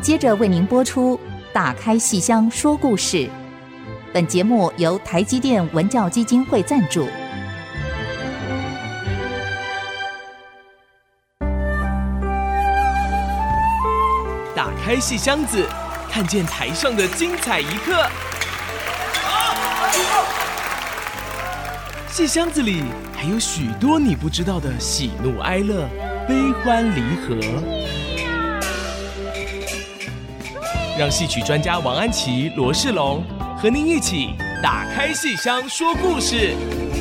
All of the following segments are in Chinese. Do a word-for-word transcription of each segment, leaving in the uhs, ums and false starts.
接着为您播出打开戏箱说故事。本节目由台积电文教基金会赞助。 打开戏箱子，看见台上的精彩一刻。戏箱子里还有许多你不知道的喜怒哀乐、悲欢离合。让戏曲专家王安琪、罗世龙和您一起打开戏箱说故事。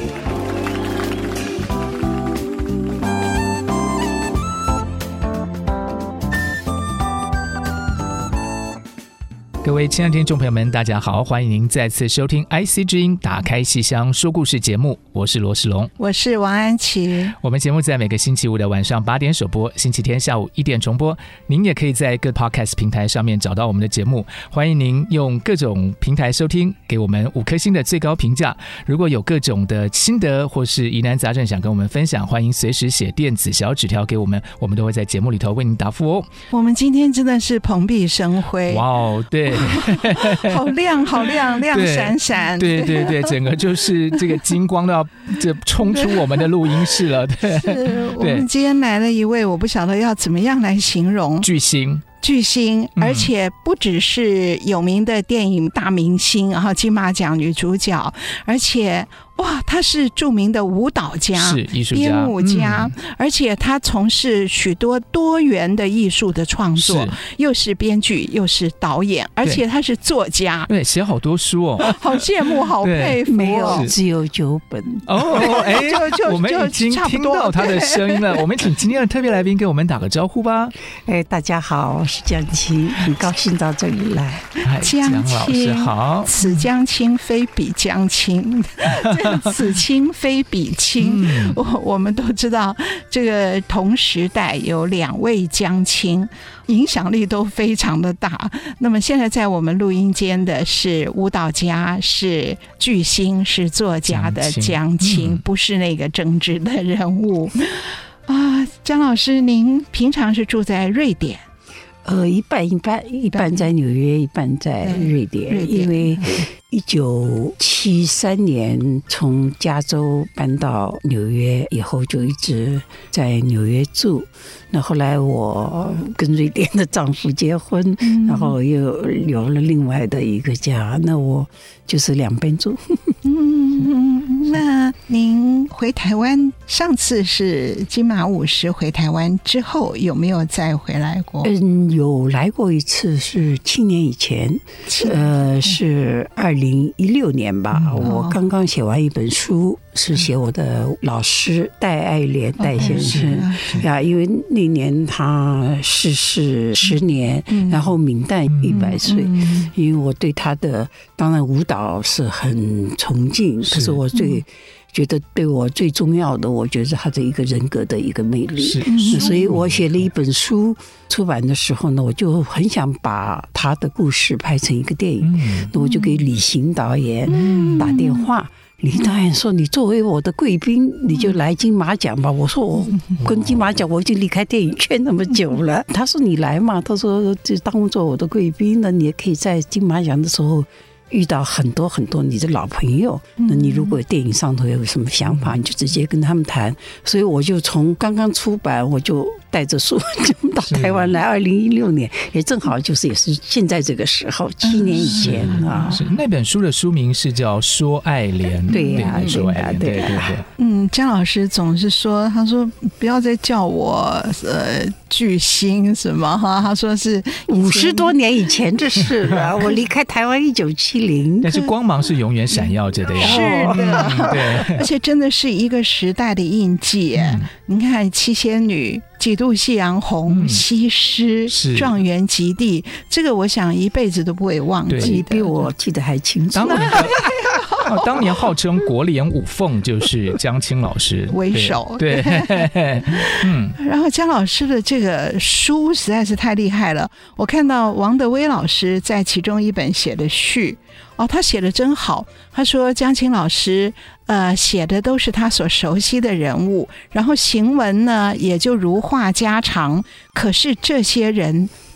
各位亲爱的听众朋友们，大家好，欢迎您再次收听 I C 之音打开戏箱说故事节目，我是罗世龙， 我是王安琪。 我们节目在每个星期五的晚上八点首播，星期天下午一点重播。您也可以在各 Podcast 平台上面找到我们的节目，欢迎您用各种平台收听，给我们五颗星的最高评价。如果有各种的心得或是疑难杂症想跟我们分享，欢迎随时写电子小纸条给我们，我们都会在节目里头为您答复哦。 我们今天真的是蓬荜生辉， 哇哦，对。 好亮好亮，亮闪闪， 对对 对, 对，整个就是这个金光都要这冲出我们的录音室了。对， 是我们今天来了一位，我不晓得要怎么样来形容， 巨星。 巨星，而且不只是有名的电影大明星，然后金马奖女主角，而且哇，他是著名的舞蹈家， 是艺术家、 编舞家、嗯，而且他从事许多多元的艺术的创作，是又是编剧，又是导演，而且他是作家， 对，写好多书哦， 好羡慕，好佩服。 没有，只有九本哦。哎， 就就我们已经听到他的声音了。我们请今天的特别来宾给我们打个招呼吧。 哎，大家好，我是江青，很高兴到这里来。 江老师好， 此江青非彼江青。此青非彼青、嗯、我, 我们都知道这个同时代有两位江青，影响力都非常的大。那么现在在我们录音间的是舞蹈家，是巨星，是作家的江青、嗯、不是那个政治的人物啊。江老师，您平常是住在瑞典？ 呃，一半一半，一半在纽约，一半在瑞典。瑞典因为一九七三年从加州搬到纽约以后，就一直在纽约住。那后来我跟瑞典的丈夫结婚，嗯、然后又有了另外的一个家，那我就是两边住。 嗯，那您回台湾，上次是金马五十回台湾之后，有没有再回来过？ 嗯，有来过一次，是七年以前，呃，是二零一六年吧。嗯、我刚刚写完一本书，是写我的老师戴爱莲戴先生呀，因为那年他逝世十年，嗯、然后冥诞一百岁，嗯，因为我对他的当然舞蹈是很崇敬，可是我最。嗯觉得对我最重要的，我觉得他的一个人格的一个魅力，是，所以我写了一本书，出版的时候呢，我就很想把他的故事拍成一个电影，嗯、那我就给李行导演打电话。嗯李导演说：“你作为我的贵宾，你就来金马奖吧。”我说：“我跟金马奖我已经离开电影圈那么久了。”他说：“你来嘛？”他说：“就当做我的贵宾呢，你也可以在金马奖的时候遇到很多很多你的老朋友。那你如果电影上头有什么想法，你就直接跟他们谈。”所以我就从刚刚出版，我就带着书就到台湾来。二零一六年也正好就是也是现在这个时候，七年以前啊。 是那本书的书名是叫《说爱莲》。 对呀、啊， 说爱莲，对对对。 嗯，江老师总是说，他说不要再叫我呃巨星什么哈，他说是五十多年以前的事了。我离开台湾一九七零， 但是光芒是永远闪耀着的呀。 是的， 对， 而且真的是一个时代的印记。嗯、你看七仙女。几度夕阳红，西施、嗯、状元及第，这个我想一辈子都不会忘记的。 比我记得还清楚。 当年哦、当年号称国联五凤就是江青老师为首， 对，对嗯。然后江老师的这个书实在是太厉害了，我看到王德威老师在其中一本写的序。哦，他写的真好。他说江青老师呃写的都是他所熟悉的人物，然后行文呢也就如话家常，可是这些人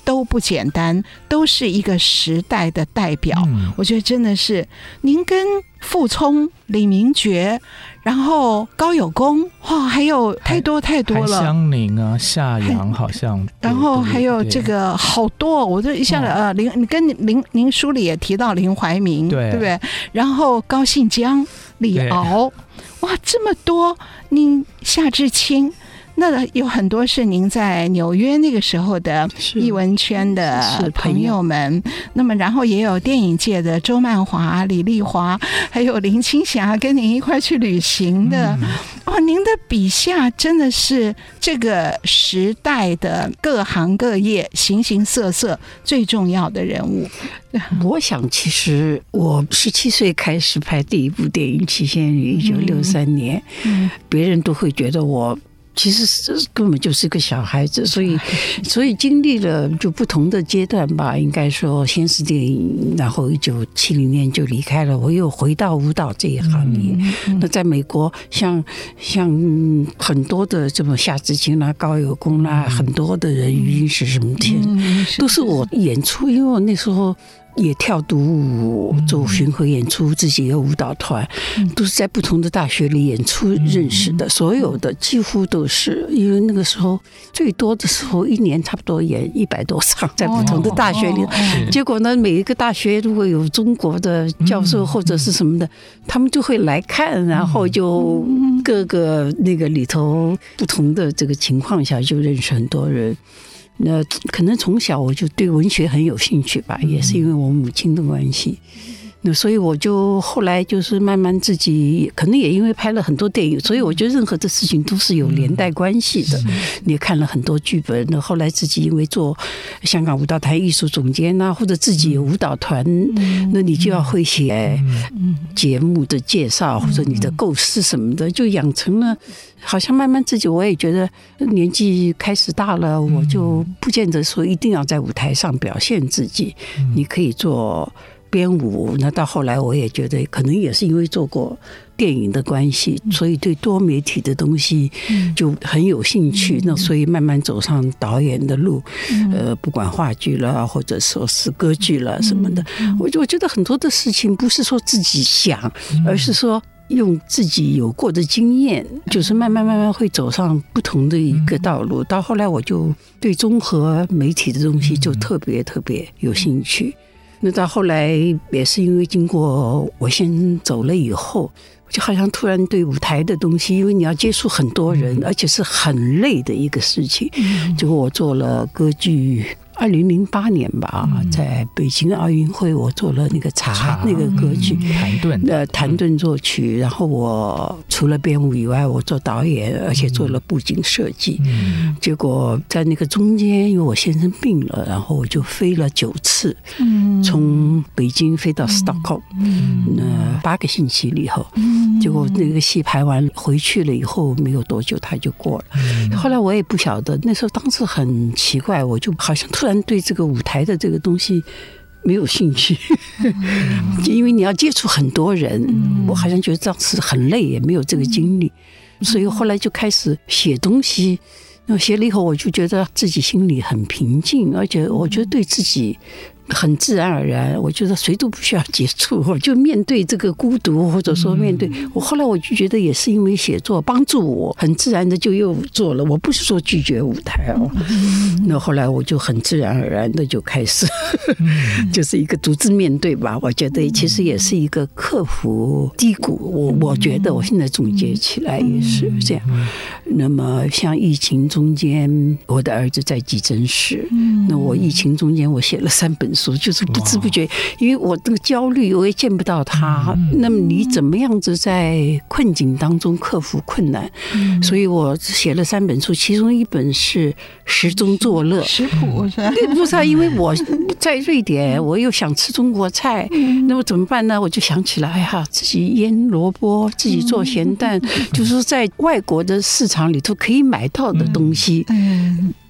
都不简单，都是一个时代的代表。嗯、我觉得真的是您跟傅聪、李明觉，然后高有功，哇，还有太多太多了。 香菱啊，夏阳好像， 然后还有这个好多，我就一下子、哦、呃，林，你跟林您书里也提到林怀民，对，对不对？然后高信江、李敖，哇，这么多，您夏志清。那有很多是您在纽约那个时候的艺文圈的朋友们，那么然后也有电影界的周曼华、李丽华，还有林青霞跟您一块去旅行的。嗯、哦，您的笔下真的是这个时代的各行各业、形形色色最重要的人物。 我想，其实我十七岁开始拍第一部电影《七仙女》，一九六三年，嗯，别人都会觉得我。其实根本就是个小孩子，所以所以经历了就不同的阶段吧。应该说，先是电影，然后一九七零年就离开了，我又回到舞蹈这一行业。嗯嗯、那在美国，像像很多的这么夏志清啦、高有功啦，嗯、很多的人余英时什么的，嗯、都是我演出，因为我那时候。也跳独舞，做巡回演出，自己有舞蹈团，都是在不同的大学里演出认识的，所有的几乎都是，因为那个时候最多的时候一年差不多演一百多场，在不同的大学里。结果呢，每一个大学如果有中国的教授或者是什么的，他们就会来看，然后就各个那个里头不同的这个情况下就认识很多人。那可能从小我就对文学很有兴趣吧，也是因为我母亲的关系。那所以我就后来就是慢慢自己，可能也因为拍了很多电影，所以我觉得任何的事情都是有连带关系的。你也看了很多剧本，那后来自己因为做香港舞蹈团艺术总监啊，或者自己有舞蹈团，那你就要会写节目的介绍或者你的构思什么的，就养成了。好像慢慢自己我也觉得年纪开始大了，我就不见得说一定要在舞台上表现自己，你可以做编舞。那到后来我也觉得可能也是因为做过电影的关系，所以对多媒体的东西就很有兴趣，那所以慢慢走上导演的路，呃，不管话剧了或者说是歌剧了什么的，我我觉得很多的事情不是说自己想，而是说用自己有过的经验，就是慢慢慢慢会走上不同的一个道路。到后来我就对综合媒体的东西就特别特别有兴趣。那到后来也是因为经过我先走了以后，就好像突然对舞台的东西，因为你要接触很多人，而且是很累的一个事情。结果我做了歌剧。二零零八年吧，在北京奥运会，我做了那个茶那个歌剧， 谭盾呃谭盾作曲，然后我除了编舞以外，我做导演，而且做了布景设计。嗯、结果在那个中间，因为我先生病了，然后我就飞了九次，嗯、从北京飞到 Stockholm，嗯、那八个星期以后，嗯、结果那个戏排完回去了以后，没有多久他就过了。嗯、后来我也不晓得，那时候当时很奇怪，我就好像突然。突然对这个舞台的这个东西没有兴趣，因为你要接触很多人，我好像觉得当时很累，也没有这个精力，所以后来就开始写东西。那写了以后，我就觉得自己心里很平静，而且我觉得对自己很自然而然，我觉得谁都不需要接触，我就面对这个孤独，或者说面对我。后来我就觉得也是因为写作帮助我，很自然的就又做了。我不是说拒绝舞台哦，那后来我就很自然而然的就开始，就是一个独自面对吧。我觉得其实也是一个克服低谷。我我觉得我现在总结起来也是这样。那么像疫情中间，我的儿子在急诊室，那我疫情中间我写了三本书，就是不知不觉，因为我这个焦虑，我也见不到他。那么你怎么样子在困境当中克服困难？所以我写了三本书，其中一本是食中作乐， 食谱是吧？ 对，不是啊，因为我在瑞典，我又想吃中国菜，那么怎么办呢？我就想起来，哎呀，自己腌萝卜，自己做咸蛋，就是在外国的市场里头可以买到的东西。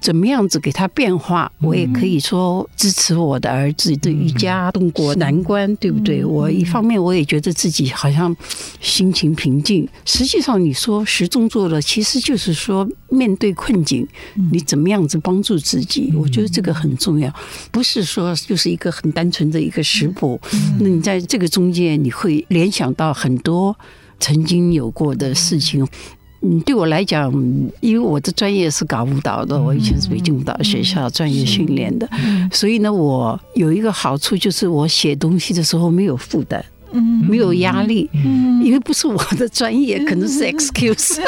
怎么样子给他变化，我也可以说支持我的儿子的瑜伽渡过难关，对不对？我一方面我也觉得自己好像心情平静，实际上你说时钟做的其实就是说面对困境你怎么样子帮助自己，我觉得这个很重要，不是说就是一个很单纯的一个食谱，那你在这个中间你会联想到很多曾经有过的事情。嗯，对我来讲，因为我的专业是搞舞蹈的，我以前是北京舞蹈学校专业训练的，所以呢，我有一个好处就是我写东西的时候没有负担。没有压力，因为不是我的专业，可能是 excuse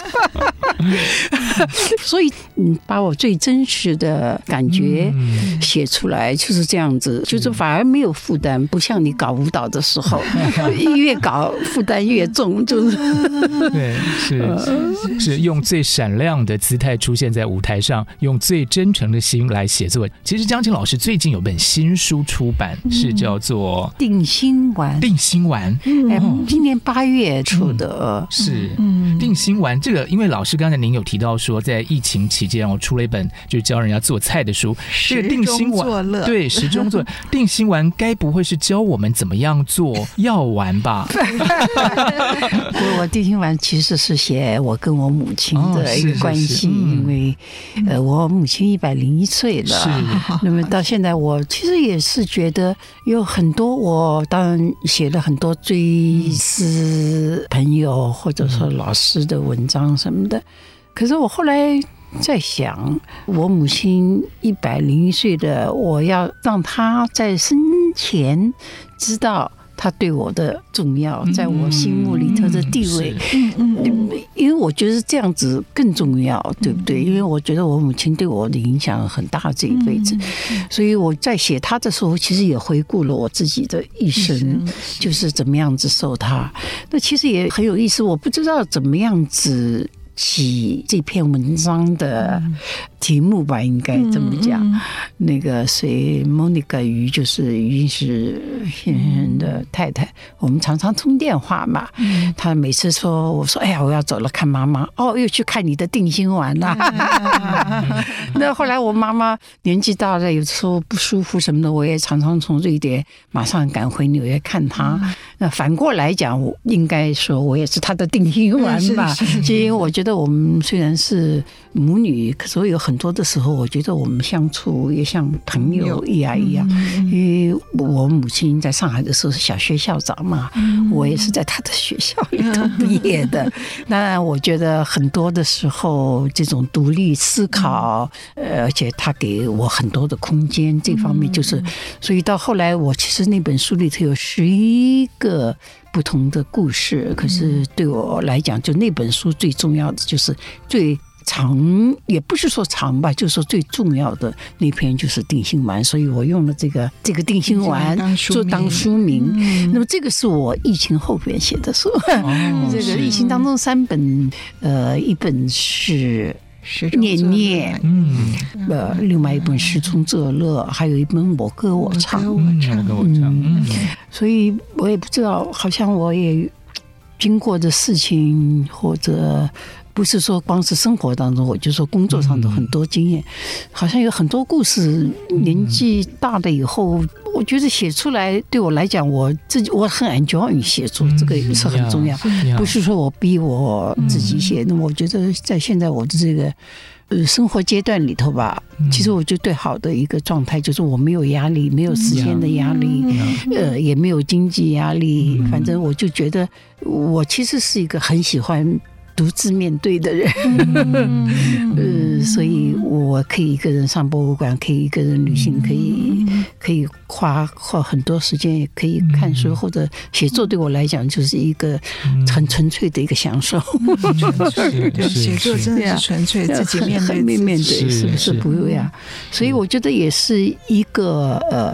所以嗯，把我最真实的感觉写出来就是这样子，就是反而没有负担，不像你搞舞蹈的时候越搞负担越重，就是对，是是用最闪亮的姿态出现在舞台上，用最真诚的心来写作。其实江青老师最近有本新书出版，是叫做定心丸。 定心丸， 哎、嗯，今年八月出的， 嗯、是、嗯、定心丸。这个，因为老师刚才您有提到说，在疫情期间，我出了一本就教人家做菜的书。这个定心丸，对，时钟做定心丸，该不会是教我们怎么样做药丸吧？ 我我定心丸其实是写我跟我母亲的一个关系，哦、是是是因为、嗯、呃，我母亲一百零一岁了，是，那么到现在我其实也是觉得有很多我。当然写了很多追思朋友或者说老师的文章什么的，可是我后来在想，我母亲一百零一岁的，我要让她在生前知道他对我的重要，在我心目里头的地位，嗯嗯，因为我觉得这样子更重要，对不对？因为我觉得我母亲对我的影响很大，这一辈子，所以我在写他的时候，其实也回顾了我自己的一生，就是怎么样子受他。那其实也很有意思，我不知道怎么样子起这篇文章的题目吧，应该这么讲。嗯嗯、那个谁 ，Monica 于就是于是先生的太太，我们常常通电话嘛。嗯、他每次说，我说，哎呀，我要走了，看妈妈。哦，又去看你的定心丸啦、啊。那后来我妈妈年纪大了，有时候不舒服什么的，我也常常从瑞典马上赶回纽约看她。嗯、那反过来讲，我应该说我也是她的定心丸吧，因为我觉得。我们虽然是母女，可是有很多的时候，我觉得我们相处也像朋友一样一样。因为我母亲在上海的时候是小学校长嘛，我也是在她的学校里头毕业的。当然，我觉得很多的时候，这种独立思考，呃，而且她给我很多的空间，这方面就是，所以到后来，我其实那本书里头有十一个。不同的故事，可是对我来讲，就那本书最重要的就是最长，也不是说长吧，就是说最重要的那篇就是定心丸，所以我用了这个这个定心丸做当书名。嗯、那么这个是我疫情后边写的书，哦、这个疫情当中三本，呃，一本是。念念，嗯，呃，另外一本诗中作乐，还有一本我歌我唱，我唱，我唱，嗯， 所以我也不知道，好像我也经过的事情，或者不是说光是生活当中，我就说工作上的很多经验，好像有很多故事，年纪大了以后。我觉得写出来对我来讲，我自己我很 enjoy 写作，这个也是很重要，不是说我逼我自己写。那么我觉得在现在我的这个呃生活阶段里头吧，其实我觉得最好的一个状态就是我没有压力，没有时间的压力，呃，也没有经济压力，反正我就觉得我其实是一个很喜欢。独自面对的人，呃，所以我可以一个人上博物馆，可以一个人旅行，可以可以花花很多时间，也可以看书或者写作。对我来讲，就是一个很纯粹的一个享受。 对，写作真的是纯粹自己面对面对，是不是不一样？所以我觉得也是一个呃呃，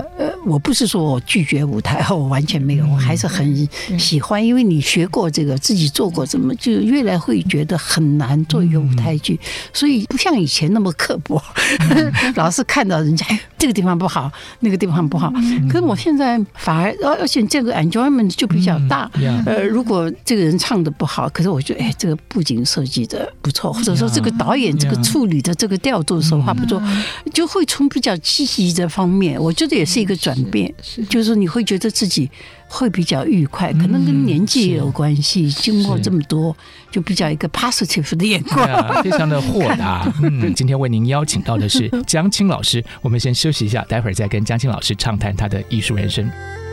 我不是说我拒绝舞台，我完全没有，我还是很喜欢，因为你学过这个，自己做过，怎么就越来会觉得很难做一个舞台剧，所以不像以前那么刻薄，老是看到人家哎这个地方不好，那个地方不好。可是我现在反而，而且这个 enjoyment 就比较大。呃，如果这个人唱的不好，可是我觉得哎，这个布景设计的不错，或者说这个导演这个处理的这个调度手法不错，就会从比较积极的方面，我觉得也是一个转变，就是你会觉得自己会比较愉快，可能跟年纪也有关系，经过这么多，就比较一个 positive 的眼光， 啊、非常的豁达。嗯，今天为您邀请到的是江青老师，我们先休息一下，待会儿再跟江青老师畅谈他的艺术人生。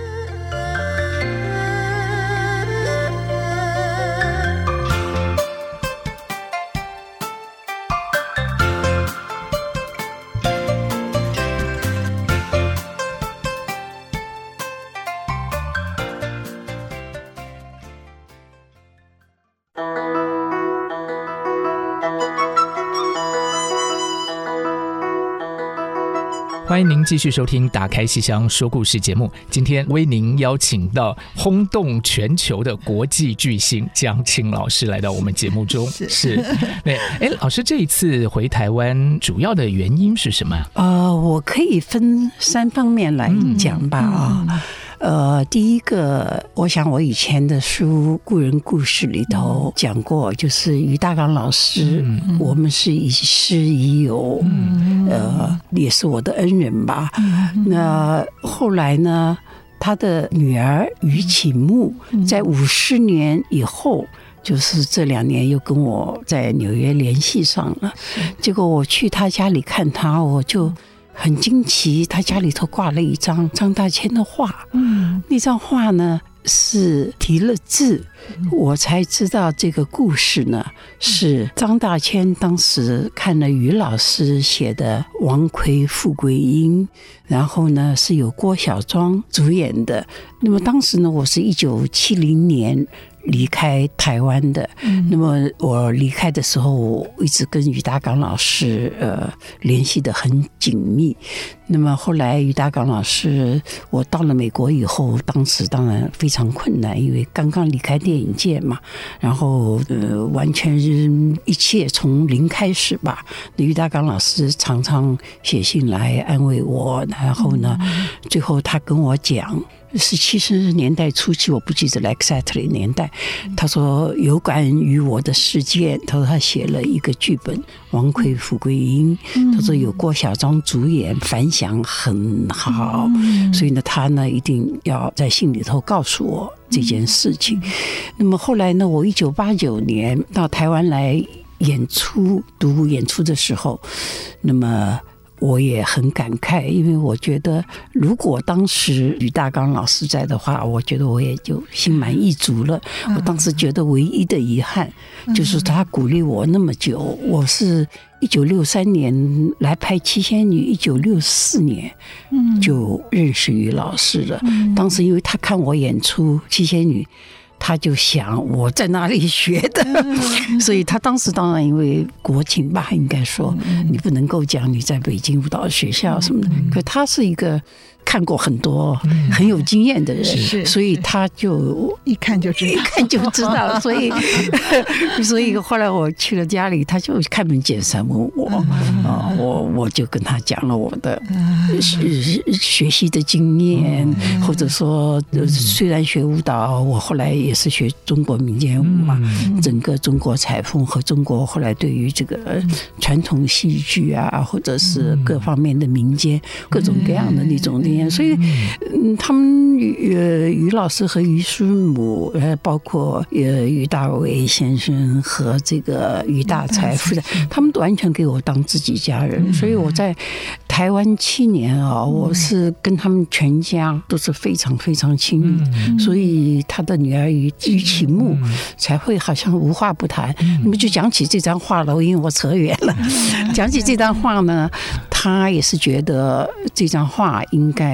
欢迎您继续收听打开戏箱说故事节目，今天为您邀请到轰动全球的国际巨星江青老师来到我们节目中。是, 是对，哎，老师这一次回台湾主要的原因是什么？ 呃，我可以分三方面来讲吧啊。嗯嗯呃，第一个，我想我以前的书《故人故事》里头讲过，就是于大刚老师，嗯、我们是亦师亦友，嗯、呃，也是我的恩人吧。嗯、那后来呢，他的女儿于启木，在五十年以后。就是这两年又跟我在纽约联系上了，结果我去他家里看他，我就很惊奇，他家里头挂了一张张大千的画，嗯，那张画呢是题了字，我才知道这个故事呢是张大千当时看了于老师写的《王魁富贵英》，然后呢是有郭小庄主演的。那么当时呢，我是一九七零年离开台湾的，嗯、那么我离开的时候，我一直跟于大刚老师呃联系得很紧密。那么后来于大刚老师，我到了美国以后，当时当然非常困难，因为刚刚离开电影界嘛，然后呃完全是一切从零开始吧。那于大刚老师常常写信来安慰我，然后呢，嗯、最后他跟我讲。是七十年代初期，我不记得 exactly 年代。他说有关于我的事件，他说他写了一个剧本《王魁富贵英》，他说有郭小庄主演，反响很好，所以呢，他呢一定要在信里头告诉我这件事情。那么后来呢，我一九八九年到台湾来演出，读演出的时候，那么。我也很感慨，因为我觉得如果当时于大刚老师在的话，我觉得我也就心满意足了。我当时觉得唯一的遗憾就是他鼓励我那么久，我是一九六三年来拍《七仙女》，一九六四年就认识于老师了。当时因为他看我演出《七仙女》，他就想我在哪里学的，所以他当时当然因为国情吧，应该说你不能够讲你在北京舞蹈学校什么的，可他是一个看过很多很有经验的人，嗯、所以他就一看就知道， 一看就知道。所以，所以后来我去了家里，他就开门见山问我，嗯呃、我我就跟他讲了我的学学习的经验，嗯、或者说虽然学舞蹈，我后来也是学中国民间舞嘛，嗯、整个中国彩凤和中国后来对于这个传统戏剧啊，或者是各方面的民间各种各样的那种。所以，嗯，他们呃于老师和于师母，呃，包括呃于大伟先生和这个于大才夫人，他们都完全给我当自己家人。所以我在台湾七年啊，我是跟他们全家都是非常非常亲密。所以他的女儿于于启木才会好像无话不谈。那么就讲起这张画了，因为我扯远了。讲起这张画呢，他也是觉得这张画应该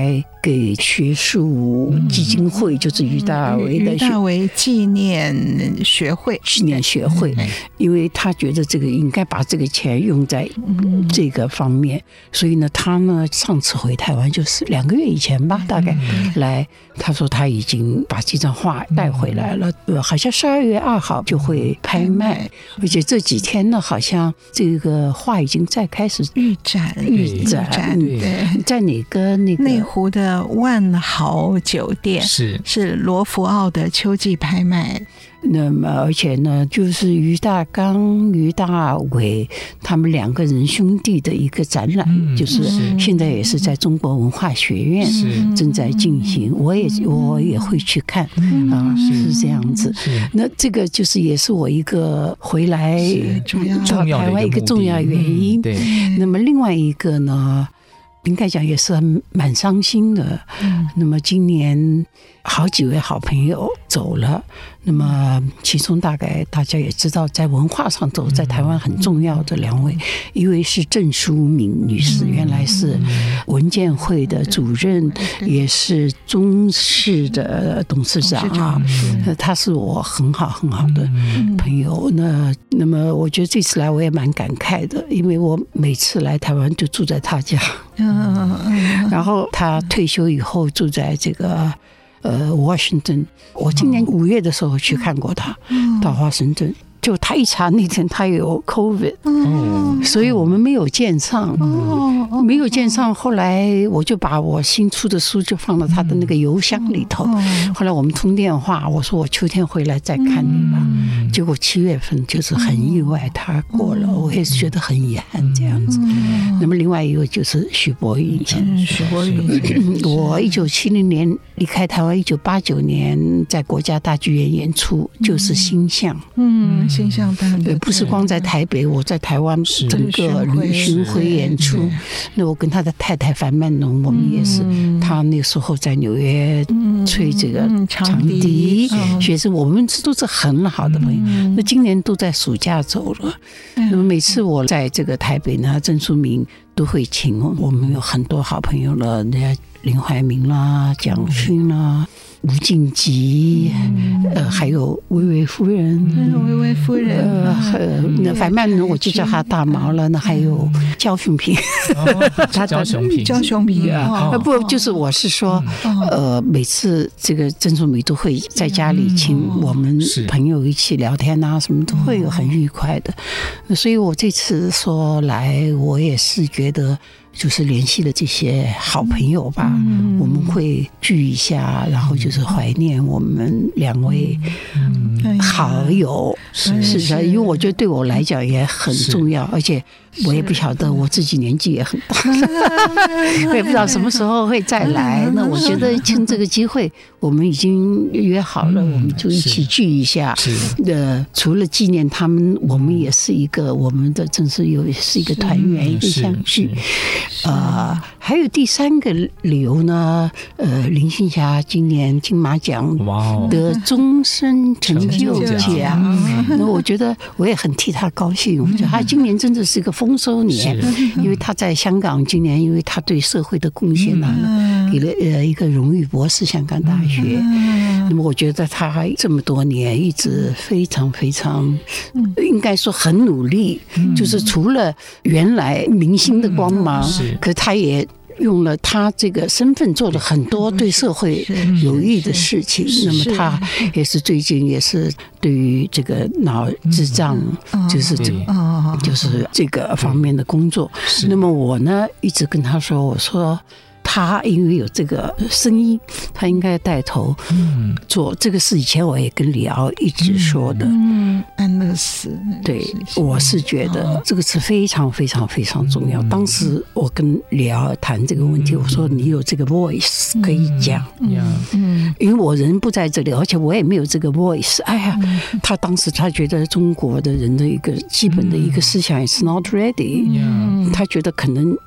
给学术基金会，就是于大为的于大为纪念学会， 纪念学会，因为他觉得这个应该把这个钱用在这个方面，所以呢，他呢上次回台湾就是两个月以前吧，大概来，他说他已经把这张画带回来了，呃，好像十二月二号就会拍卖，而且这几天呢，好像这个画已经在开始预展， 预展， 对， 在哪个那个内湖的万豪酒店是是罗浮奥的秋季拍卖。 那么，而且呢，就是于大刚、于大伟他们两个人兄弟的一个展览，嗯、就是现在也是在中国文化学院正在进行。我也我也会去看、嗯、啊，是这样子。那这个就是也是我一个回来到台湾一个重要原因。 嗯、对。 那么另外一个呢？应该讲也是蛮伤心的。嗯、那么今年好几位好朋友走了，那么其中大概大家也知道，在文化上走，在台湾很重要的两位，一位是郑淑敏女士，原来是文建会的主任，也是中视的董事长啊，她是我很好很好的朋友。那那么我觉得这次来我也蛮感慨的，因为我每次来台湾就住在她家。然后他退休以后住在这个呃 Washington， 我今年五月的时候去看过他，到华盛顿。就他一查那天他有 COVID，、哦、所以我们没有见上、哦、没有见上。后来我就把我新出的书就放到他的那个邮箱里头、嗯、后来我们通电话，我说我秋天回来再看你吧、嗯、结果七月份就是很意外他过了、嗯、我也是觉得很遗憾这样子、嗯、那么另外一位就是许博允先生。 许博允我一九七零年离开台湾，一九八九年在国家大剧院演出、嗯、就是星象。 嗯形象单对，不是光在台北，我在台湾整个旅巡回演出。那我跟他的太太樊曼农，我们也是，嗯、他那时候在纽约吹这个长笛，嗯、学生我们都是很好的朋友。嗯、那今年都在暑假走了。嗯、那么每次我在这个台北呢，郑淑敏都会请我们有很多好朋友了，人家林怀民啦、蒋勋啦。吴敬吉，呃，还有薇薇夫人， 薇薇夫人， 呃，那樊曼农我就叫他大毛了。那还有焦雄平， 焦雄平， 焦雄平啊，不，就是我是说，呃，每次这个郑淑敏都会在家里请我们朋友一起聊天啊，什么都会有很愉快的。所以我这次说来，我也是觉得。就是联系了这些好朋友吧、嗯、我们会聚一下，然后就是怀念我们两位好友、嗯、是的，因为我觉得对我来讲也很重要，而且我也不晓得我自己年纪也很大我也不知道什么时候会再来，那我觉得趁这个机会我们已经约好了、嗯、我们就一起聚一下。呃，除了纪念他们，我们也是一个我们的正式有是一个团圆一个相聚。呃，还有第三个理由呢，呃，林青霞今年金马奖得终身成就奖，那我觉得我也很替她高兴。我觉得她今年真的是一个丰收年，因为她在香港今年，因为她对社会的贡献呢、啊，给了呃一个荣誉博士，香港大学。那么我觉得她这么多年一直非常非常，应该说很努力，就是除了原来明星的光芒。可他也用了他这个身份做了很多对社会有益的事情。那么他也是最近也是对于这个脑智障，就是这个就是这个方面的工作。那么我呢一直跟他说，我说。他因为有这个声音，他应该带头做这个事。以前我也跟李敖一直说的， 嗯，安乐死， 对，我是觉得这个是非常非常非常重要。当时我跟李敖谈这个问题，我说你有这个 voice 可以讲，嗯，因为我人不在这里，而且我也没有这个 voice。哎呀，他当时他觉得中国的人的一个基本的一个思想也是 not ready，他觉得可能。啊，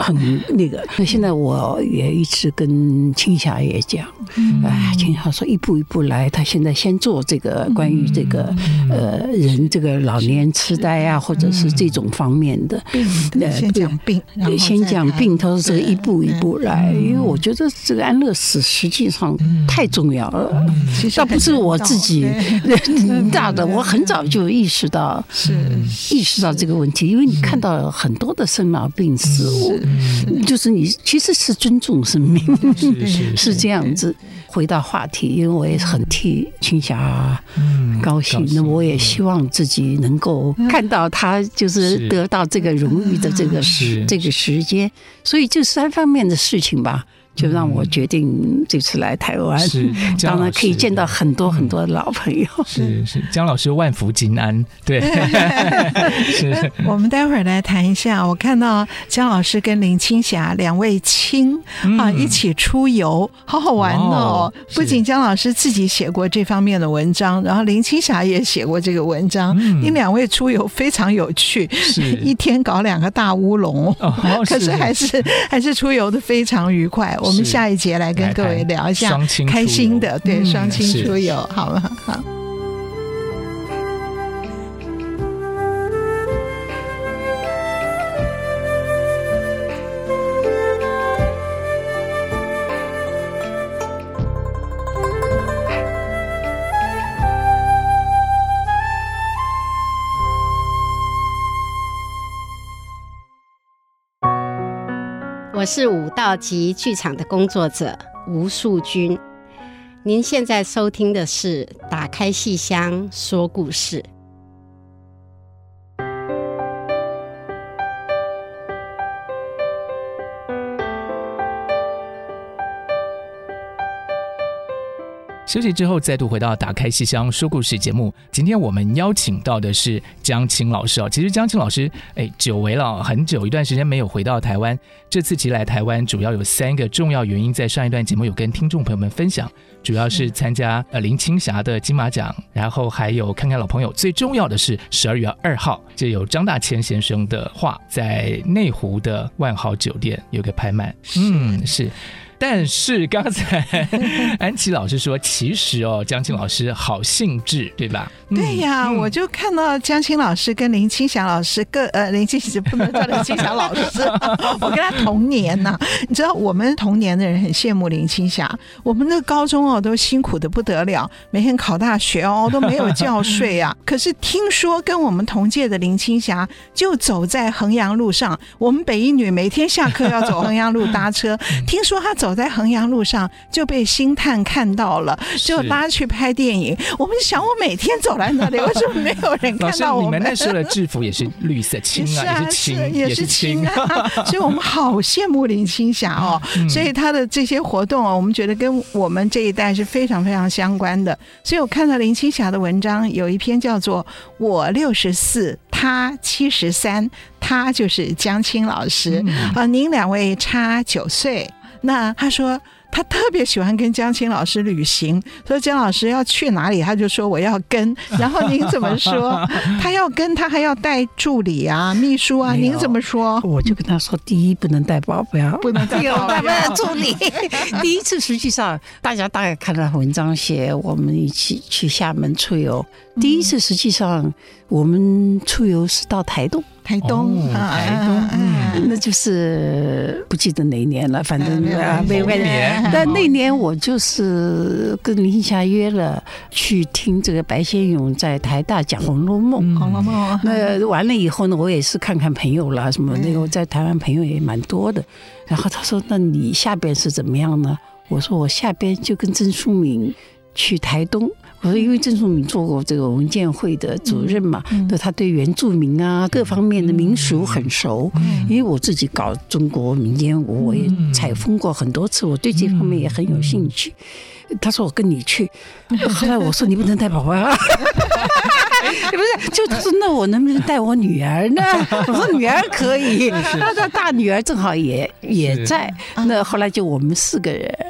很那个。那现在我也一直跟青霞也讲，哎，青霞说一步一步来，他现在先做这个关于这个呃人这个老年痴呆啊，或者是这种方面的病，先讲病， 先讲病，他说这个一步一步来，因为我觉得这个安乐死实际上太重要了，倒不是我自己大的，我很早就意识到，是意识到这个问题，因为你看到很多的生老病死，就是你其实是尊重生命，是这样子。回到话题，因为我也很替青霞高兴，那我也希望自己能够看到他就是得到这个荣誉的这个时这个时间，所以这三方面的事情吧，就让我决定这次来台湾，当然可以见到很多很多的老朋友。 是是，姜老师万福金安，对。是， 我们待会儿来谈一下，我看到姜老师跟林青霞两位亲啊一起出游，好好玩哦。不仅姜老师自己写过这方面的文章，然后林青霞也写过这个文章。嗯、你两位出游非常有趣，一天搞两个大乌龙，哦、可是还是还是出游的非常愉快。我们下一节来跟各位聊一下开心的，对，双亲出游，好吗？好。 我是武道集剧场的工作者吴素君，您现在收听的是《打开戏箱说故事》。 休息之后再度回到打开戏箱说故事节目，今天我们邀请到的是江青老师。其实江青老师哎，久违了，很久一段时间没有回到台湾，这次其实来台湾主要有三个重要原因，在上一段节目有跟听众朋友们分享，主要是参加呃林青霞的金马奖，然后还有看看老朋友，最重要的是十二月二号就有张大千先生的画在内湖的万豪酒店有个拍卖，嗯是。但是刚才安琪老师说，其实哦，江青老师好兴致，对吧？ 对呀、嗯，我就看到江青老师跟林青霞老师各呃，林青霞不能叫林青霞老师，我跟他同年呐、啊。你知道，我们同年的人很羡慕林青霞。我们的高中哦，都辛苦的不得了，每天考大学哦，都没有觉睡啊。可是听说跟我们同届的林青霞就走在衡阳路上，我们北一女每天下课要走衡阳路搭车，听说她走。走在衡阳路上就被星探看到了，就拉去拍电影。我们想，我每天走来那里，为什么没有人看到我们？ 老师，你们那时候的制服也是绿色青啊，也是青， 也是青啊，所以我们好羡慕林青霞哦。嗯、所以她的这些活动哦，我们觉得跟我们这一代是非常非常相关的。所以我看到林青霞的文章，有一篇叫做《我六十四，他七十三》，他就是江青老师、嗯、啊，您两位差九岁。那他说他特别喜欢跟江青老师旅行，说江老师要去哪里他就说我要跟，然后您怎么说？他要跟，他还要带助理啊秘书啊，您怎么说？ 我就跟他说，第一不能带保镖， 不能带保镖助理。第一次实际上大家大概看到文章写我们一起去厦门出游，第一次实际上我们出游是到台东。 台东、 哦、台东、 嗯、那就是不记得哪一年了，反正啊没关系。但那年我就是跟林青霞约了去听这个白先勇在台大讲《红楼梦》，《 红楼梦》 那完了以后呢，我也是看看朋友啦，什么那个在台湾朋友也蛮多的。然后他说：“那你下边是怎么样呢？”我说：“我下边就跟曾淑敏去台东。”我说，因为曾淑敏做过这个文建会的主任嘛，那、嗯、他对原住民啊各方面的民俗很熟。嗯、因为我自己搞中国民间舞，我也采风过很多次，我对这方面也很有兴趣。他说我跟你去，后来我说你不能带宝宝啊。不是，就他说那我能不能带我女儿呢？我说女儿可以，那他大女儿正好也也在。那后来就我们四个人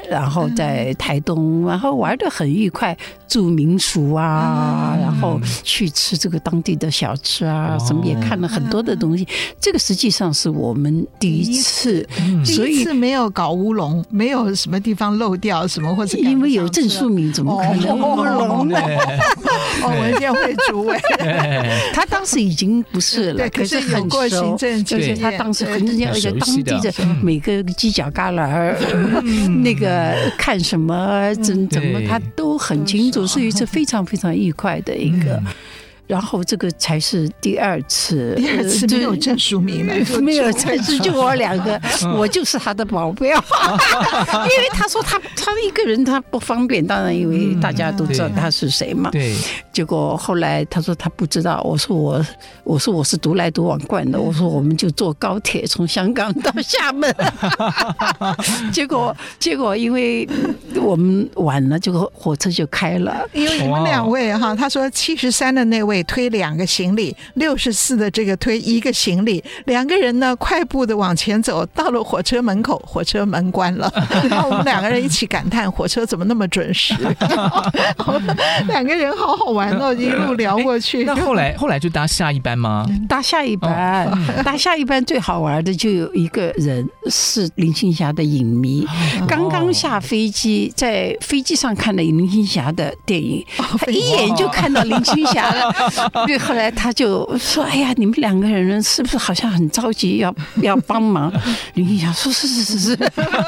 然后在台东，然后玩得很愉快，住民宿啊，然后去吃这个当地的小吃啊，什么也看了很多的东西。这个实际上是我们第一次， 所以第一次没有搞乌龙，没有什么地方漏掉什么，或者因为有郑淑敏，怎么可能乌龙呢？ 哦，文建会主委， 他当时已经不是了， 可是很过行政经验， 他当时很人家而且当地的每个犄角旮旯，那个看什么怎怎么他都很清楚，是一次非常非常愉快的一个。然后这个才是第二次， 第二次没有郑淑敏了， 没有郑氏，就我两个，我就是他的保镖，因为他说他他一个人他不方便，当然因为大家都知道他是谁嘛。 对。 结果后来他说他不知道，我说我我说我是独来独往惯的，我说我们就坐高铁从香港到厦门，结果结果因为我们晚了，结果火车就开了， 因为你们两位哈，他说七十三的那位推两个行李，六十四的这个推一个行李，两个人呢快步的往前走，到了火车门口，火车门关了，然后我们两个人一起感叹火车怎么那么准时，两个人好好玩哦，一路聊过去。 那后来后来就搭下一班吗？ 搭下一班，哦、搭下一班最好玩的就有一个人是林青霞的影迷，哦、刚刚下飞机，在飞机上看了林青霞的电影，哦、他一眼就看到林青霞了。对，后来他就说：“哎呀，你们两个人是不是好像很着急要要帮忙？”林青霞说：“是是是是。”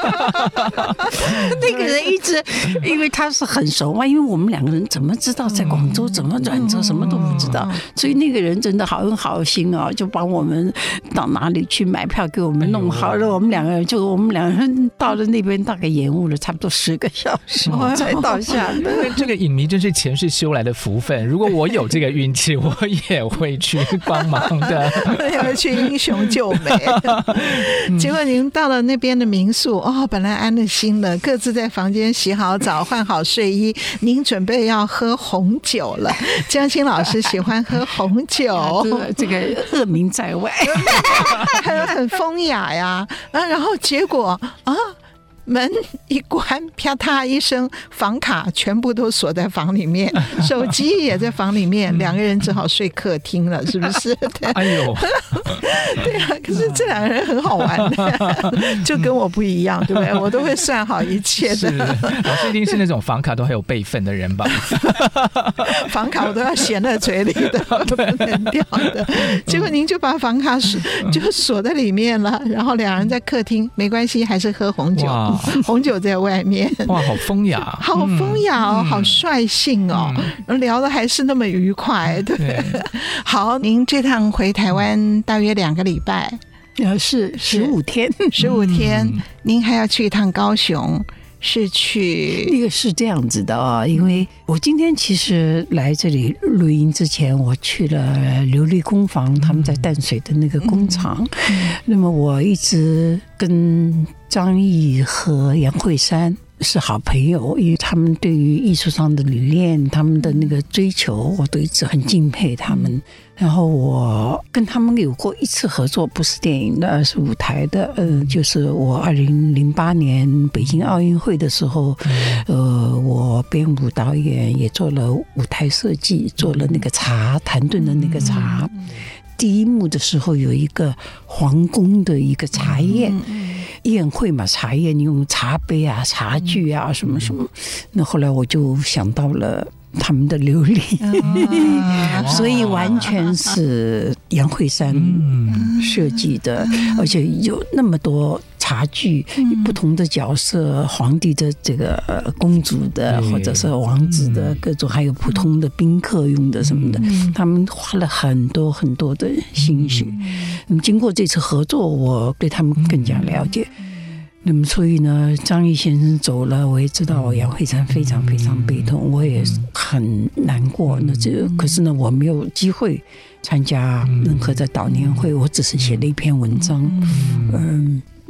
那个人一直，因为他是很熟嘛，因为我们两个人怎么知道在广州怎么转车，什么都不知道，所以那个人真的好恩好心啊，就帮我们到哪里去买票给我们弄好了。我们两个人就我们两个人到了那边，大概延误了差不多十个小时才到厦门。 这个影迷真是前世修来的福分，如果我有这个运气，我也会去帮忙的， 也会去英雄救美。结果您到了那边的民宿，哦，本来安了心了，各自在房间洗好澡、换好睡衣，您准备要喝红酒了。江青老师喜欢喝红酒， 这个恶名在外， 很很风雅呀。啊，然后结果啊。门一关，啪嗒一声，房卡全部都锁在房里面，手机也在房里面，两个人只好睡客厅了，是不是？ 哎呦， 对啊，可是这两个人很好玩的，就跟我不一样，对不对？我都会算好一切的。 老师一定是那种房卡都还有备份的人吧？ 房卡我都要衔在嘴里的，都不能掉的。结果您就把房卡就锁在里面了，然后两人在客厅，没关系，还是喝红酒。红酒在外面， 哇，好风雅， 好风雅哦，嗯、好率性哦，嗯、聊的还是那么愉快，对不对？好，您这趟回台湾大约两个礼拜， 呃，是十五天， 十五天，嗯、您还要去一趟高雄。是去那个是这样子的啊，因为我今天其实来这里录音之前，我去了琉璃工坊，他们在淡水的那个工厂。嗯、那么我一直跟张毅和杨惠珊是好朋友，因为他们对于艺术上的理念，他们的那个追求，我都一直很敬佩他们。然后我跟他们有过一次合作，不是电影的，而是舞台的。呃，就是我二零零八年北京奥运会的时候，呃，我编舞导演也做了舞台设计，做了那个茶谭盾的那个茶。第一幕的时候有一个皇宫的一个茶宴。宴会嘛，茶宴你用茶杯啊、茶具啊什么什么，那后来我就想到了他们的琉璃，啊、所以完全是杨惠珊设计的，嗯、而且有那么多茶具，嗯、不同的角色，皇帝的这个公主的，或者是王子的各种，还有普通的宾客用的什么的，嗯、他们花了很多很多的心血。那么经过这次合作，我对他们更加了解。那么所以呢，张毅先生走了，我也知道杨惠珊非常非常悲痛，我也很难过。那这可是呢，我没有机会参加任何的悼念会，我只是写了一篇文章。嗯，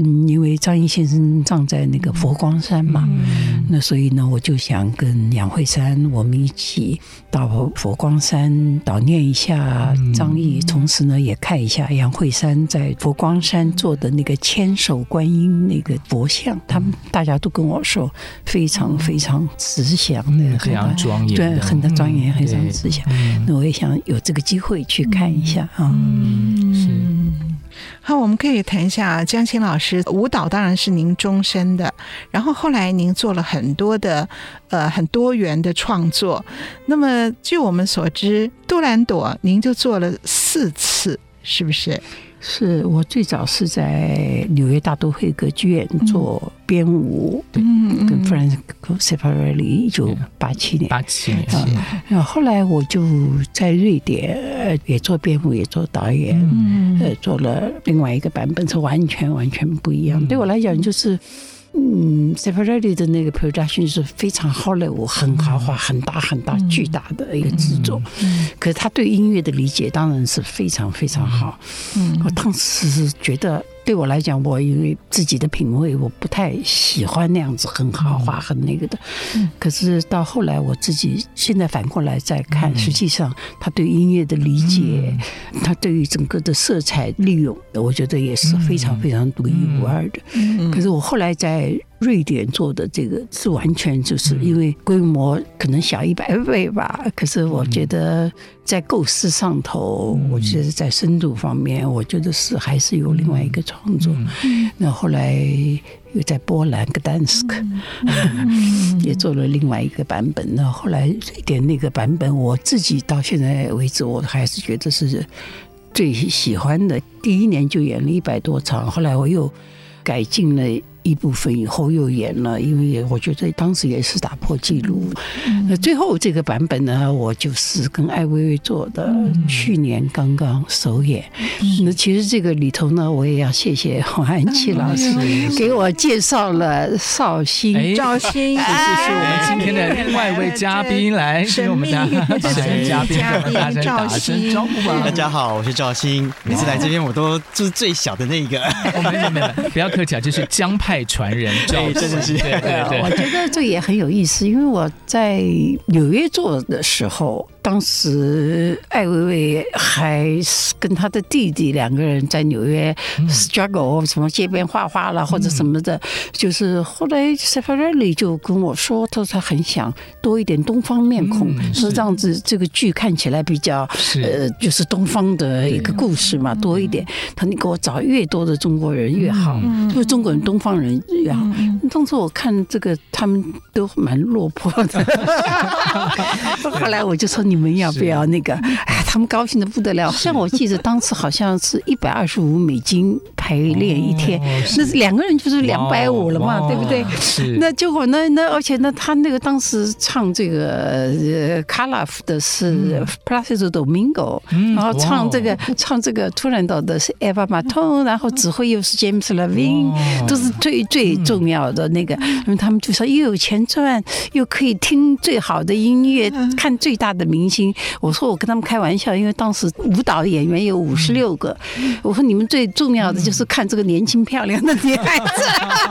嗯，因为张毅先生葬在那个佛光山嘛，嗯、那所以呢，我就想跟杨惠珊我们一起到佛光山悼念一下张毅，嗯、同时呢也看一下杨惠珊在佛光山做的那个千手观音那个佛像，他们大家都跟我说非常非常慈祥的， 嗯、非常庄严， 对，很的庄严，非常慈祥。嗯、那我也想有这个机会去看一下啊。 嗯，是。好，我们可以谈一下江青老师，舞蹈当然是您终身的，然后后来您做了很多的呃很多元的创作。那么据我们所知，杜兰朵您就做了四次，是不是？ 是我最早是在纽约大都会歌剧院做编舞，嗯、对，跟 Franco Zeffirelli 一九八七年， 八七年， 然后后来我就在瑞典也做编舞，也做导演，嗯、呃，做了另外一个版本，是完全完全不一样。嗯、对我来讲，就是。嗯 Zeffirelli 的那个 production 是非常好莱坞，很豪华、很大、很大、巨大的一个制作。嗯嗯、可是他对音乐的理解当然是非常非常好。嗯、我当时是觉得，对我来讲，我因为自己的品味，我不太喜欢那样子很豪华、很那个的。嗯、可是到后来，我自己现在反过来再看，嗯、实际上他对音乐的理解，嗯、他对于整个的色彩利用，我觉得也是非常非常独一无二的。嗯、可是我后来在瑞典做的这个是完全就是因为规模可能小一百倍吧，可是我觉得在构思上头，我觉得在深度方面，我觉得是还是有另外一个创作。那后来又在波兰格丹斯克也做了另外一个版本。那后来瑞典那个版本，我自己到现在为止，我还是觉得是最喜欢的。第一年就演了一百多场，后来我又改进了一部分以后又演了，因为我觉得当时也是打破纪录。嗯、那最后这个版本呢，我就是跟艾薇薇做的，嗯、去年刚刚首演。嗯、那其实这个里头呢，我也要谢谢黄安琪老师，嗯、给我介绍了绍兴、 哎、 绍兴， 这就是我们今天的另外一位嘉宾，来给我们的神秘嘉宾，跟我们大声打声招呼吧。 大家好，我是赵兴，每次来这边我都就是最小的那一个。 没有没有，不要客气啊，就是江派传人， 对，真的是，对对对。我觉得这也很有意思，因为我在纽约做的时候，当时艾薇薇还跟他的弟弟两个人在纽约 struggle， 什么街边画画啦或者什么的，嗯、就是后来 Zeffirelli 就跟我说，他说他很想多一点东方面孔，嗯、说这样子这个剧看起来比较呃，就是东方的一个故事嘛，多一点。他你给我找越多的中国人越好，嗯、就是中国人、东方人越好。嗯、当时我看这个他们都蛮落魄的，后来我就说你们要不要那个？哎，他们高兴的不得了。像我记得当时好像是一百二十五美金排练一天，哦、那是两个人就是两百五了嘛，对不对？那结果呢？那而且呢，他那个当时唱这个呃卡拉夫的是 Placido Domingo，嗯、然后唱这个唱这个突然岛的是 Eva Maton， 然后指挥又是 James Levine，哦、都是最最重要的那个。因为他们就说又有钱赚，又可以听最好的音乐，看最大的明星。我说我跟他们开玩笑，因为当时舞蹈演员有五十六个，我说你们最重要的就是看这个年轻漂亮的女孩子。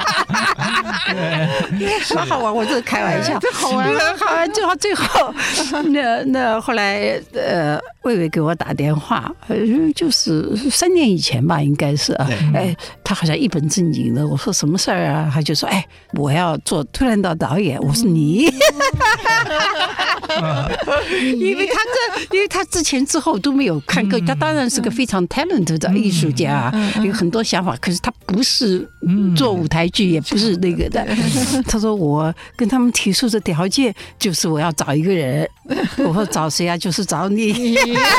好好玩，我这开玩笑，好玩，好玩。就最后，那那后来呃，魏魏给我打电话，就是三年以前吧，应该是啊，哎，他好像一本正经的，我说什么事儿啊？他就说，哎，我要做突然岛导演。我说你。因为他这，因为他之前之后都没有看过，他当然是个非常 talented 的艺术家，有很多想法，可是他不是做舞台剧，也不是那个的。他说我跟他们提出的条件就是我要找一个人，我说找谁啊？就是找你。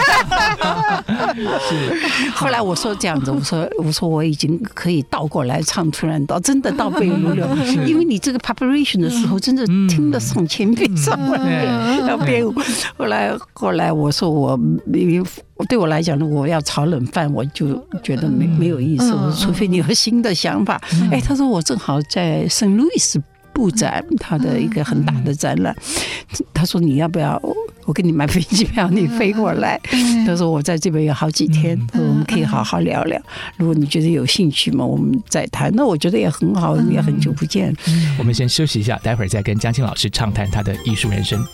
后来我说这样子，我说我说我已经可以倒过来唱突然岛，真的倒背如流，因为你这个 preparation 的时候，真的听得上千遍上万遍。要编舞，后来后来我说我，对我来讲，如果要炒冷饭，我就觉得没没有意思。我说除非你有新的想法。哎，他说我正好在圣路易斯布展，他的一个很大的展览。他说你要不要？ 我给你买飞机票，你飞过来。他说我在这边有好几天，他说我们可以好好聊聊。如果你觉得有兴趣嘛，我们再谈。那我觉得也很好，也很久不见。 我们先休息一下，待会儿再跟江青老师畅谈他的艺术人生。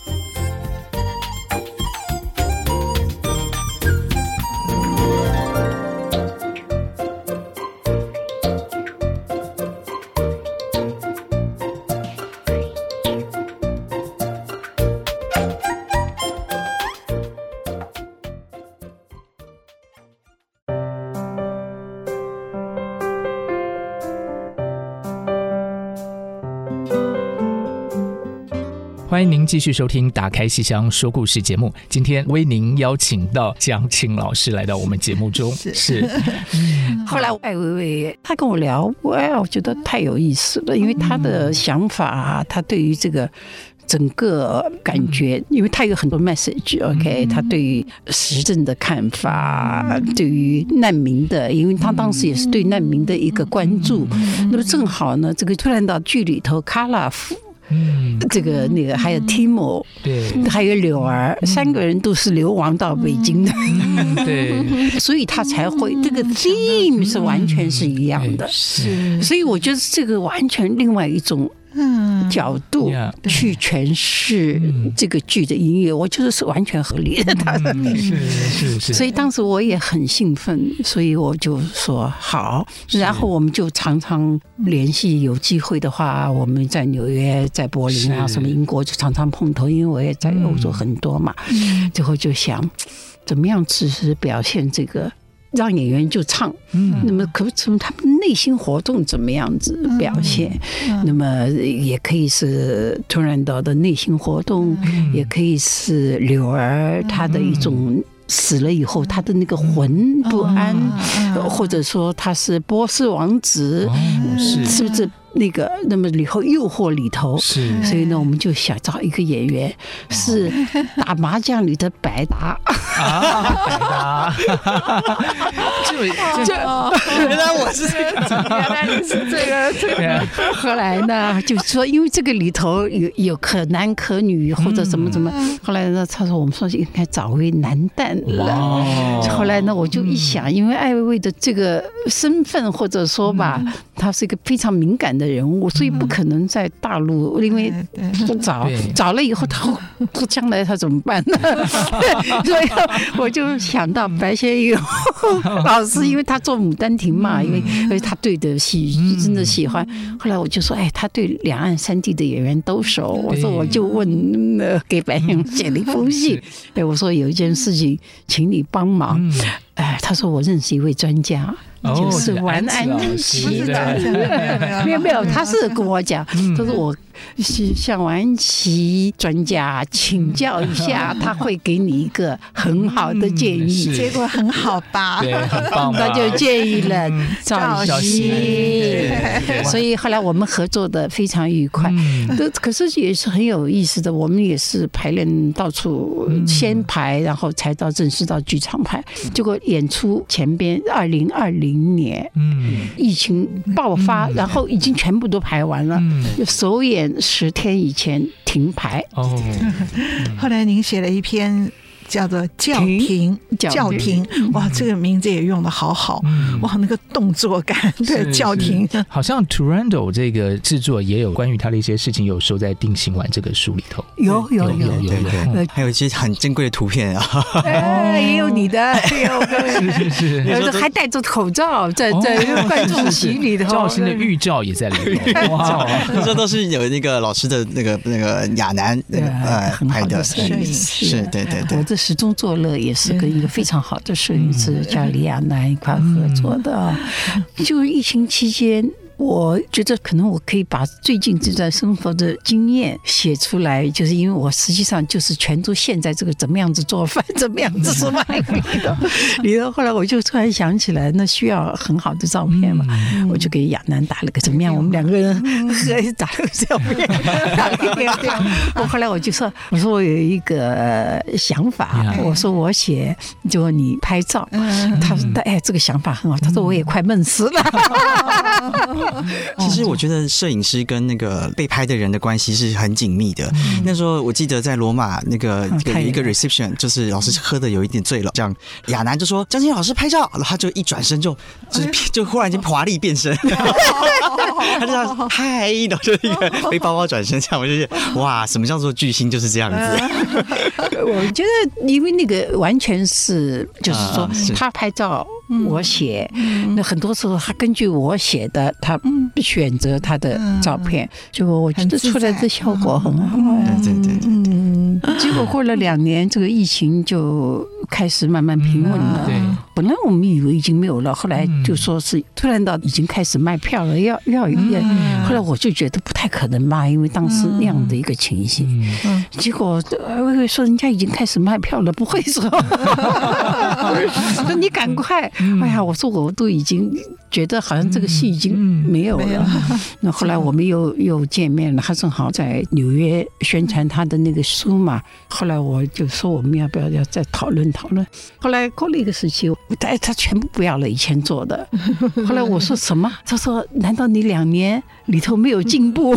欢迎您继续收听打开戏箱说故事节目，今天为您邀请到江青老师来到我们节目中。是, 是后来艾薇薇他跟我聊，哎，我觉得太有意思了，因为他的想法，他对于这个整个感觉，因为他有很多 message，OK， 他对于时政的看法，对于难民的，因为他当时也是对难民的一个关注，那么正好呢，这个突然到剧里头，卡拉夫。嗯，这个那个还有 Timo， 对，还有柳儿，三个人都是流亡到北京的， 嗯，对， 所以他才会这个 theme 是完全是一样的，是，所以我觉得这个完全另外一种角度去诠释这个剧的音乐，我觉得是完全合理的。他的是是是， 所以当时我也很兴奋，所以我就说好，然后我们就常常联系，有机会的话，我们在纽约、在柏林啊，什么英国就常常碰头，因为我也在欧洲很多嘛。最后就想，怎么样只是表现这个。让演员就唱，嗯，那么可不从他们内心活动怎么样子表现，嗯嗯、那么也可以是突然岛的内心活动，嗯、也可以是柳儿他的一种。死了以后他的那个魂不安，嗯、或者说他是波斯王子，哦、是, 是不是那个那么以后诱惑里头是，所以呢我们就想找一个演员是打麻将里的百搭啊，百搭就就原来我是这个原来你是这个这个后来呢就说因为这个里头有有可男可女或者怎么怎么，嗯、后来呢他说我们说应该找位男旦了，后来呢我就一想，因为艾薇薇的这个身份或者说吧，嗯、他是一个非常敏感的人物，所以不可能在大陆，因为找找了以后他将来他怎么办呢？所以我就想到白先勇老师，因为他做《牡丹亭》嘛，因为因为他对的戏真的喜欢，后来我就说哎，他对两岸三地的演员都熟，我说我就问呃给白先勇写了一封信，哎，我说有一件事情请你帮忙，哎，他说我认识一位专家。就是玩安琪的，没有没有，他是跟我讲，他说我是向王安琪专家请教一下，他会给你一个很好的建议。 结果很好吧？ 对，很棒。 他就建议了赵熙，所以后来我们合作的非常愉快。可是也是很有意思的，我们也是排练到处先排，然后才到正式到剧场排。结果演出前边二零二零年，嗯，疫情爆发，嗯、然后已经全部都排完了，嗯、首演十天以前停排。哦， 后来您写了一篇。叫做教廷，教廷，哇，这个名字也用得好好，嗯、哇，那个动作感，对，教廷。 好像 Turandot 这个制作也有关于他的一些事情，有收在《定心丸》这个书里头。 有有有有有，还有一些很珍贵的图片啊， 哎，也有你的，有是是是，还戴着口罩在在观众席里头， 赵新的预兆也在里头。哇， 这都是有那个老师的那个那个亚楠呃拍的，是是，对对对。 始终作乐也是跟一个非常好的摄影师叫李亚楠一块合作的，就疫情期间。我觉得可能我可以把最近这段生活的经验写出来，就是因为我实际上就是全都陷在这个怎么样子做饭，怎么样子吃饭里头。里头后来我就突然想起来，那需要很好的照片嘛，嗯、我就给亚楠打了个怎么样？我们两个人合打了个照片，打了个照片。我后来我就说，我说我有一个想法，我说我写，就你拍照。他说哎，这个想法很好。他说我也快闷死了。 其实我觉得摄影师跟那个被拍的人的关系是很紧密的。嗯、那时候我记得在罗马那个有一个 reception， 就是老师喝的有一点醉了，这样亚楠就说江青老师拍照，然后他就一转身就就是就忽然间华丽变身，他就这样嗨，然后就一个背包包转身这样，我就觉得哇，什么叫做巨星就是这样子。 我觉得因为那个完全是就是说他拍照。我写，那很多时候他根据我写的，他选择他的照片，就我觉得出来的效果很好。 对对对嗯，结果过了两年，这个疫情就开始慢慢平稳了。对，本来我们以为已经没有了，后来就说是突然到已经开始卖票了，要要要。后来我就觉得不太可能吧，因为当时那样的一个情形。结果我会说人家已经开始卖票了，不会说，说你赶快。哎呀，我说我都已经觉得好像这个戏已经没有了。那后来我们又又见面了，他正好在纽约宣传他的那个书嘛。后来我就说我们要不要要再讨论讨论。后来过了一个时期，他他全部不要了以前做的。后来我说什么？他说难道你两年里头没有进步？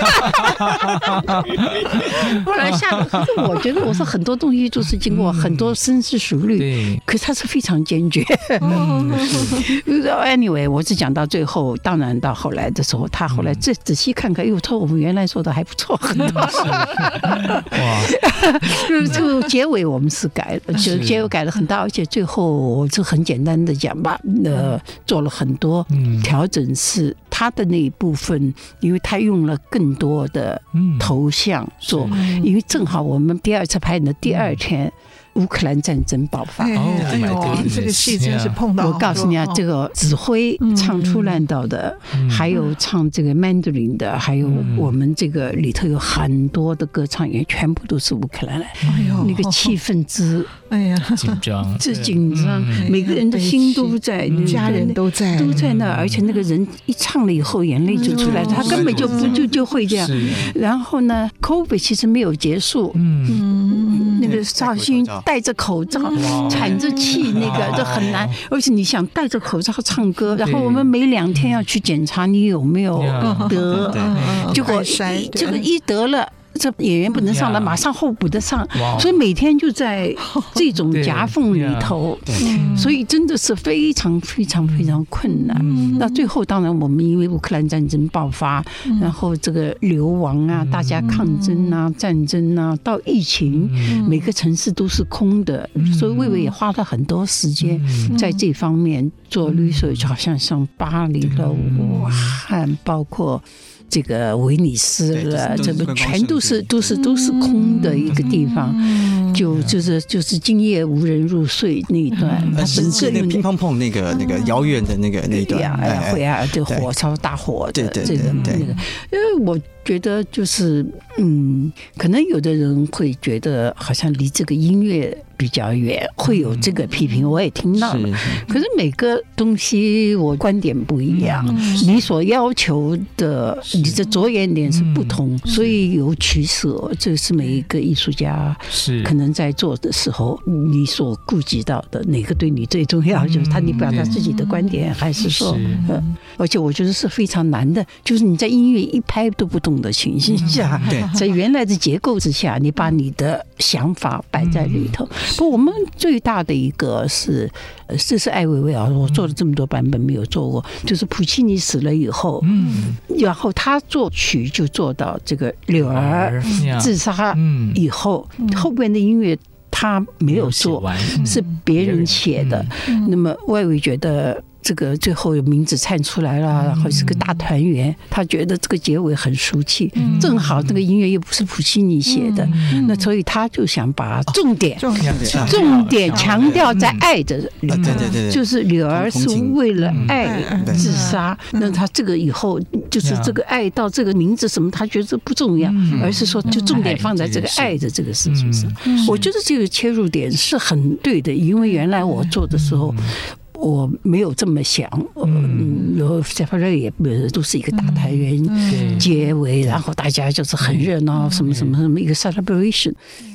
后来下，可是我觉得我说很多东西就是经过很多深思熟虑，可是他是非常坚决。Anyway， 我只讲到最后，当然到后来的时候，他后来仔仔细看看，又说我们原来说的还不错，很多。哇！就结尾我们是改了，就结尾改了很大，而且最后就很简单的讲吧，呃，做了很多调整，是他的那一部分，因为他用了更多的头像做，因为正好我们第二次拍的第二天。乌克兰战争爆发， 哦，哎呦，这个戏真是碰到。 我告诉你啊，这个指挥唱出烂道的，还有唱这个 Mandarin 的，还有我们这个里头有很多的歌唱员，全部都是乌克兰来。哎呦，那个气氛之， 哎呀， 紧张， 之紧张，每个人的心都在， 家人都在， 都在那，而且那个人一唱了以后，眼泪就出来了，他根本就不就就会这样。然后呢 ，COVID 其实没有结束，嗯，那个绍兴。戴着口罩，喘着气，那个这很难。而且你想戴着口罩唱歌，然后我们每两天要去检查你有没有得，结果这个一得了。这演员不能上来，马上候补的上，所以每天就在这种夹缝里头，所以真的是非常非常非常困难。那最后当然我们因为乌克兰战争爆发，然后这个流亡啊，大家抗争啊，战争啊，到疫情，每个城市都是空的，所以魏巍也花了很多时间在这方面做绿色，就好像像巴黎了、武汉，包括。这个威尼斯了，这个全都是都是都是空的一个地方，就就是就是今夜无人入睡那一段， 它是是那个乒乓碰那个那个遥远的那个那一段， 哎会啊，这火烧大火的这个那个，因为我觉得就是嗯，可能有的人会觉得好像离这个音乐比较远，会有这个批评，我也听到了。可是每个东西我观点不一样，你所要求的你的着眼点是不同，所以有取舍，这是每一个艺术家可能在做的时候，你所顾及到的哪个对你最重要，就是他你表达自己的观点，还是说，呃，而且我觉得是非常难的，就是你在音乐一拍都不动的情形下，在原来的结构之下，你把你的想法摆在里头。不，我们最大的一个是，这是艾薇薇啊，我做了这么多版本没有做过，就是普契尼死了以后，嗯，然后他作曲就做到这个柳儿自杀以后，后边的音乐他没有做，是别人写的。那么艾薇觉得。这个最后有名字唱出来了，然后是个大团圆，他觉得这个结尾很俗气，正好这个音乐又不是普契尼写的，那所以他就想把重点重点强调在爱的里头，就是柳儿是为了爱自杀，那他这个以后就是这个爱到这个名字什么，他觉得不重要，而是说就重点放在这个爱的这个事情上。我觉得这个切入点是很对的，因为原来我做的时候。我没有这么想，嗯，然后在反正也都是一个大团圆结尾，然后大家就是很热闹，什么什么什么一个 celebration。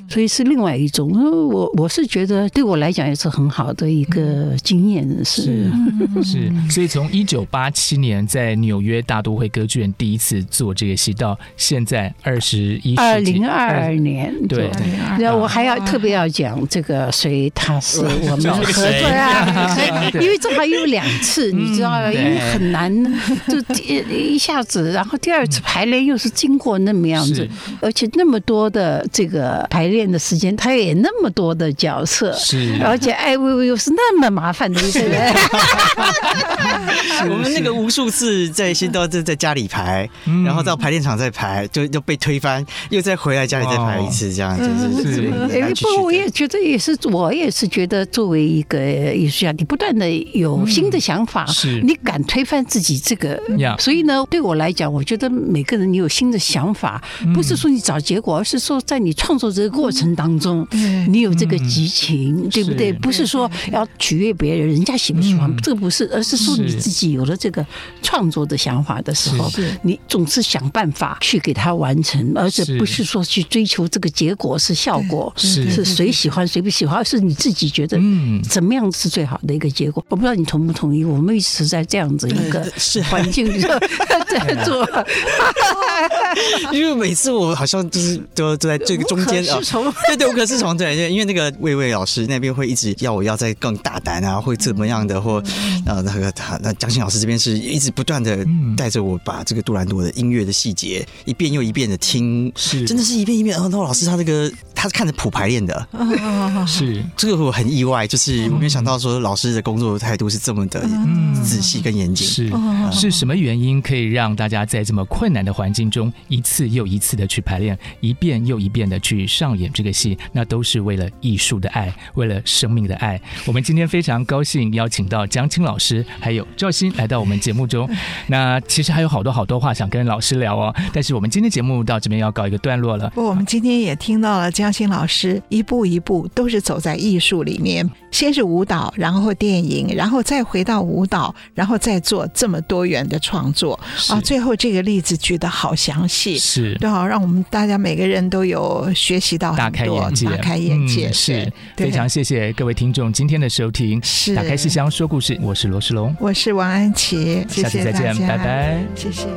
所以是另外一种。我我是觉得对我来讲也是很好的一个经验，是是。所以从一九八七年在纽约大都会歌剧院第一次做这个戏，到现在二十一二零二二年， 对， 然后我还要特别要讲这个，所以他是我们合作啊，因为正好有两次，你知道，因为很难，就一下子，然后第二次排练又是经过那么样子，而且那么多的这个排练的时间，他也那么多的角色， 是， 而且艾薇薇又是那么麻烦的一个人。 我们那个无数次在先到在在家里排，嗯、然后到排练场再排，就就被推翻，又再回来家里再排一次，这样就是。 哎，不，我也觉得也是，我也是觉得作为一个艺术家，你不断的有新的想法， 嗯、 你敢推翻自己这个，所以呢，对我来讲，我觉得每个人你有新的想法，不是说你找结果，而是说在你创作这个过程当中，你有这个激情，嗯、对不对？不是说要取悦别人，人家喜不喜欢，嗯、这个不是，而是说你自己有了这个创作的想法的时候，你总是想办法去给它完成，而且不是说去追求这个结果是效果，是是谁喜欢谁不喜欢，而是你自己觉得怎么样是最好的一个结果。我不知道你同不同意，我们一直在这样子一个环境里在做。 因为每次我好像就是都都在这个中间啊，对对，无可适从，对，因为那个魏魏老师那边会一直要我要再更大胆啊，会怎么样的，或呃那个他那江青老师这边是一直不断的带着我把这个杜兰朵的音乐的细节一遍又一遍的听，是真的是一遍一遍。然后老师他那个他是看着谱排练的， 是这个我很意外，就是我没有想到说老师的工作态度是这么的仔细跟严谨。 是是什么原因可以让大家在这么困难的环境中一次又一次的去排练，一遍又一遍的去上演这个戏？那都是为了艺术的爱，为了生命的爱。我们今天非常高兴邀请到江青老师还有兆欣来到我们节目中。那其实还有好多好多话想跟老师聊哦，但是我们今天节目到这边要告一个段落了。 不，我们今天也听到了江青老师一步一步都是走在艺术里面，先是舞蹈，然后电影，然后再回到舞蹈，然后再做这么多元的创作啊！最后这个例子举得好详细，是对好，让我们大家每个人都有学习到很多， 大开眼界， 大开眼界。 嗯、是非常谢谢各位听众今天的收听。 是打开戏箱说故事，我是罗世龙， 我是王安琪，谢谢下次再见，拜拜， 谢谢。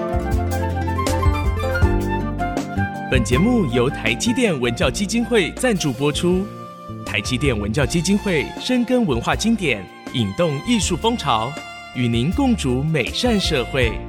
本节目由台积电文教基金会赞助播出。台积电文教基金会深耕文化经典，引动艺术风潮，与您共筑美善社会。